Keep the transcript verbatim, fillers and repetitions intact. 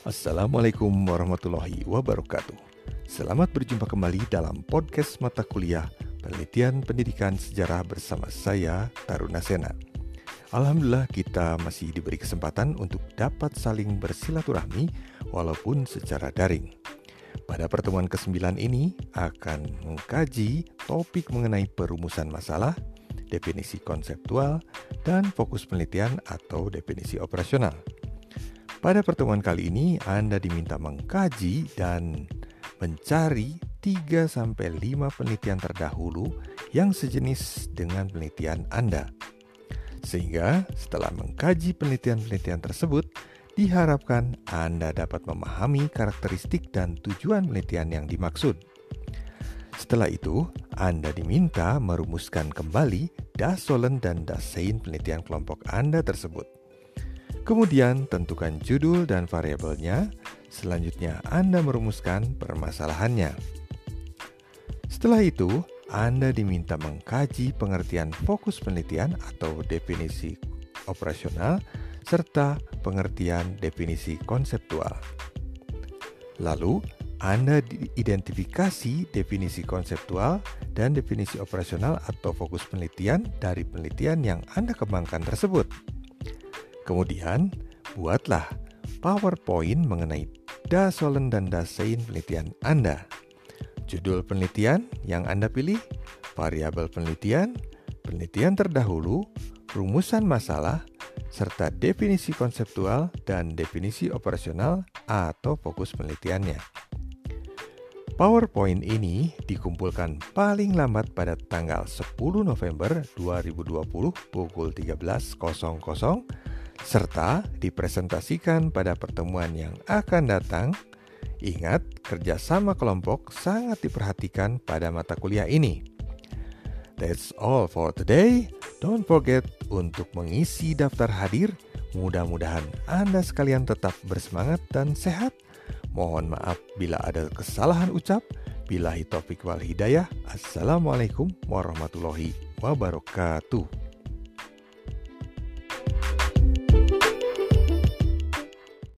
Assalamualaikum warahmatullahi wabarakatuh. Selamat berjumpa kembali dalam podcast mata kuliah Penelitian Pendidikan Sejarah bersama saya, Taruna Sena. Alhamdulillah kita masih diberi kesempatan untuk dapat saling bersilaturahmi walaupun secara daring. Pada pertemuan kesembilan ini akan mengkaji topik mengenai perumusan masalah, definisi konseptual, dan fokus penelitian atau definisi operasional. Pada pertemuan kali ini, Anda diminta mengkaji dan mencari tiga sampai lima penelitian terdahulu yang sejenis dengan penelitian Anda. Sehingga setelah mengkaji penelitian-penelitian tersebut, diharapkan Anda dapat memahami karakteristik dan tujuan penelitian yang dimaksud. Setelah itu, Anda diminta merumuskan kembali Dasolen dan Dasein penelitian kelompok Anda tersebut. Kemudian tentukan judul dan variabelnya, selanjutnya Anda merumuskan permasalahannya. Setelah itu, Anda diminta mengkaji pengertian fokus penelitian atau definisi operasional, serta pengertian definisi konseptual. Lalu, Anda identifikasi definisi konseptual dan definisi operasional atau fokus penelitian dari penelitian yang Anda kembangkan tersebut. Kemudian, buatlah PowerPoint mengenai Dasolen dan Dasein penelitian Anda. Judul penelitian yang Anda pilih, variabel penelitian, penelitian terdahulu, rumusan masalah, serta definisi konseptual dan definisi operasional atau fokus penelitiannya. PowerPoint ini dikumpulkan paling lambat pada tanggal sepuluh November dua ribu dua puluh pukul tiga belas serta dipresentasikan pada pertemuan yang akan datang. Ingat, kerjasama kelompok sangat diperhatikan pada mata kuliah ini. That's all for today. Don't forget untuk mengisi daftar hadir. Mudah-mudahan Anda sekalian tetap bersemangat dan sehat. Mohon maaf bila ada kesalahan ucap. Billahi taufiq wal hidayah. Assalamualaikum warahmatullahi wabarakatuh.